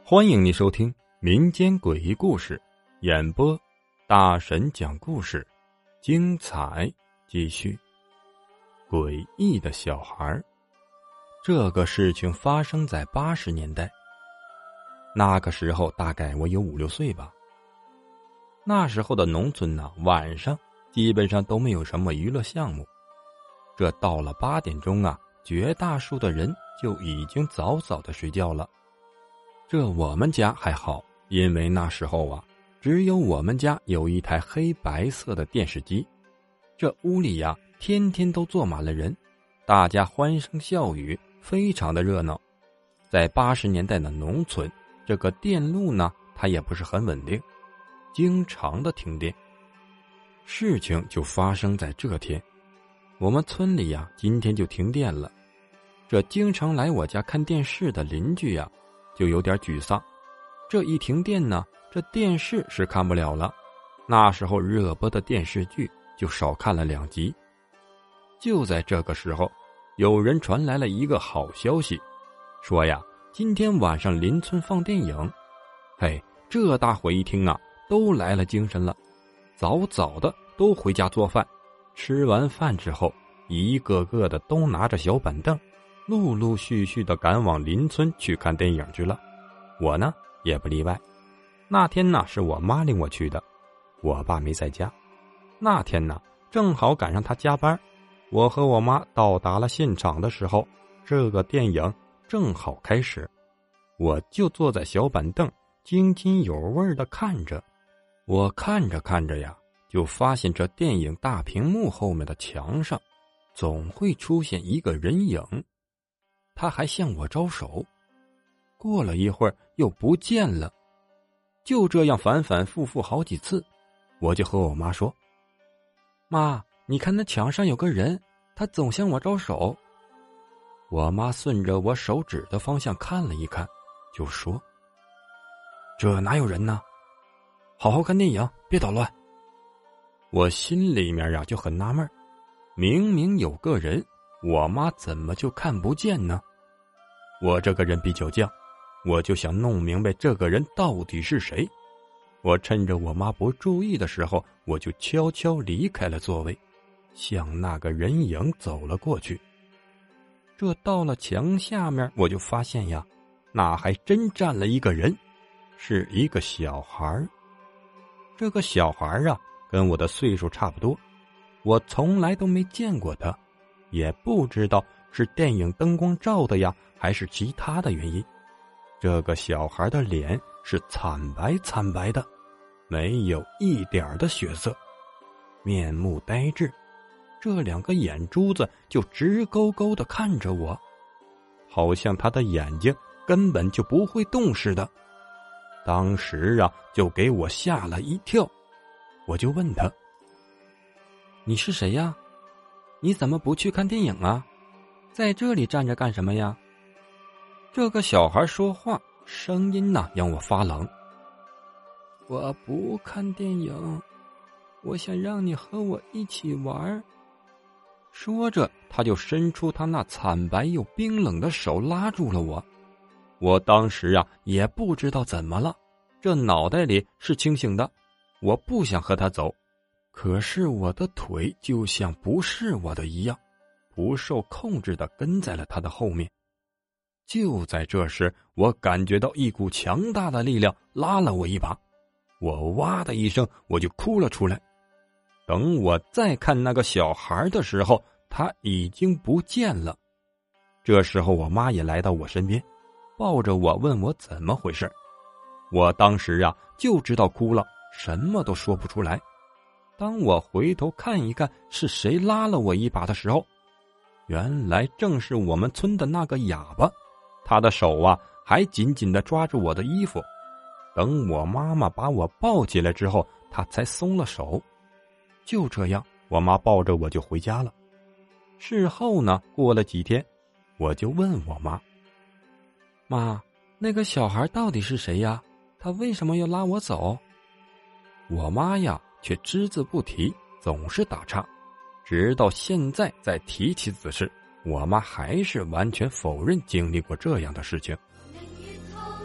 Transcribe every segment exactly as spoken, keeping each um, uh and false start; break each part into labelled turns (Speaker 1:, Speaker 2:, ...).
Speaker 1: 欢迎你收听民间诡异故事，演播大神讲故事，精彩继续。诡异的小孩。这个事情发生在八十年代，那个时候大概我有五六岁吧。那时候的农村呢，晚上基本上都没有什么娱乐项目，这到了八点钟啊，绝大数的人就已经早早的睡觉了。这我们家还好，因为那时候啊，只有我们家有一台黑白色的电视机。这屋里呀、啊，天天都坐满了人，大家欢声笑语，非常的热闹。在八十年代的农村，这个电路呢，它也不是很稳定，经常的停电。事情就发生在这天，我们村里呀、啊，今天就停电了。这经常来我家看电视的邻居呀、啊，就有点沮丧。这一停电呢，这电视是看不了了，那时候热播的电视剧就少看了两集。就在这个时候，有人传来了一个好消息，说呀，今天晚上邻村放电影。嘿，这大伙一听啊，都来了精神了，早早的都回家做饭。吃完饭之后，一个个的都拿着小板凳，陆陆续续的赶往邻村去看电影去了。我呢也不例外。那天呢是我妈领我去的，我爸没在家。那天呢正好赶上他加班，我和我妈到达了现场的时候，这个电影正好开始。我就坐在小板凳，津津有味的看着。我看着看着呀，就发现这电影大屏幕后面的墙上总会出现一个人影，他还向我招手，过了一会儿又不见了。就这样反反复复好几次，我就和我妈说，妈，你看那墙上有个人，他总向我招手。我妈顺着我手指的方向看了一看，就说，这哪有人呢？好好看电影，别捣乱。我心里面呀、啊、就很纳闷，明明有个人，我妈怎么就看不见呢？我这个人比较犟，我就想弄明白这个人到底是谁。我趁着我妈不注意的时候，我就悄悄离开了座位，向那个人影走了过去。这到了墙下面，我就发现呀，那还真站了一个人，是一个小孩。这个小孩啊，跟我的岁数差不多，我从来都没见过他，也不知道是电影灯光照的呀，还是其他的原因。这个小孩的脸是惨白惨白的，没有一点的血色，面目呆滞，这两个眼珠子就直勾勾地看着我，好像他的眼睛根本就不会动似的。当时啊，就给我吓了一跳。我就问他，你是谁呀？你怎么不去看电影啊？在这里站着干什么呀？这个小孩说话声音呐、啊、让我发冷。我不看电影，我想让你和我一起玩。说着，他就伸出他那惨白又冰冷的手拉住了我。我当时啊也不知道怎么了，这脑袋里是清醒的，我不想和他走，可是我的腿就像不是我的一样，不受控制地跟在了他的后面。就在这时，我感觉到一股强大的力量拉了我一把，我哇的一声我就哭了出来。等我再看那个小孩的时候，他已经不见了。这时候我妈也来到我身边，抱着我问我怎么回事。我当时啊就知道哭了，什么都说不出来。当我回头看一看是谁拉了我一把的时候，原来正是我们村的那个哑巴，他的手啊还紧紧地抓住我的衣服。等我妈妈把我抱起来之后，他才松了手。就这样，我妈抱着我就回家了。事后呢，过了几天，我就问我妈，妈，那个小孩到底是谁呀？他为什么要拉我走？我妈呀却只字不提，总是打岔。直到现在再提起此事，我妈还是完全否认经历过这样的事情。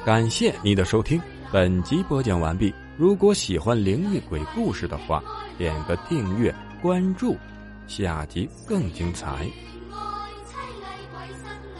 Speaker 1: 感谢你的收听，本集播讲完毕。如果喜欢灵异鬼故事的话，点个订阅关注，下集更精彩。
Speaker 2: 爱凄厉鬼生